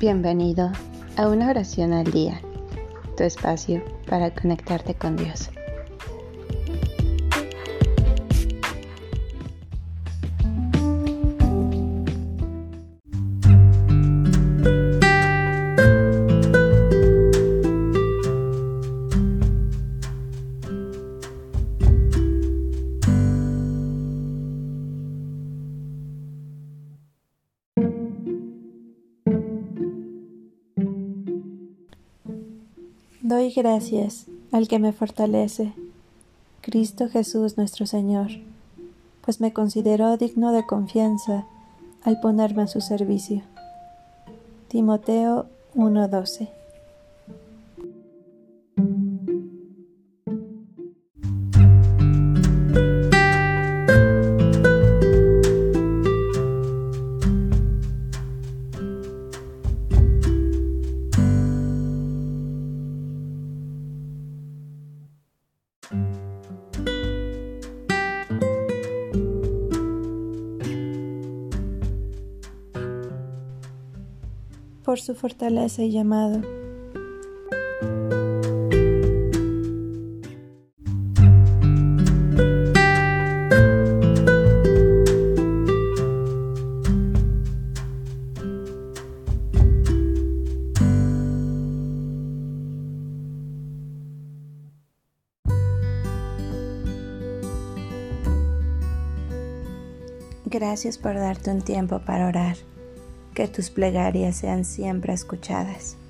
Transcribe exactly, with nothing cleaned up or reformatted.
Bienvenido a una oración al día, tu espacio para conectarte con Dios. Doy gracias al que me fortalece, Cristo Jesús nuestro Señor, pues me consideró digno de confianza al ponerme a su servicio. Timoteo uno doce. Por su fortaleza y llamado. Gracias por darte un tiempo para orar. Que tus plegarias sean siempre escuchadas.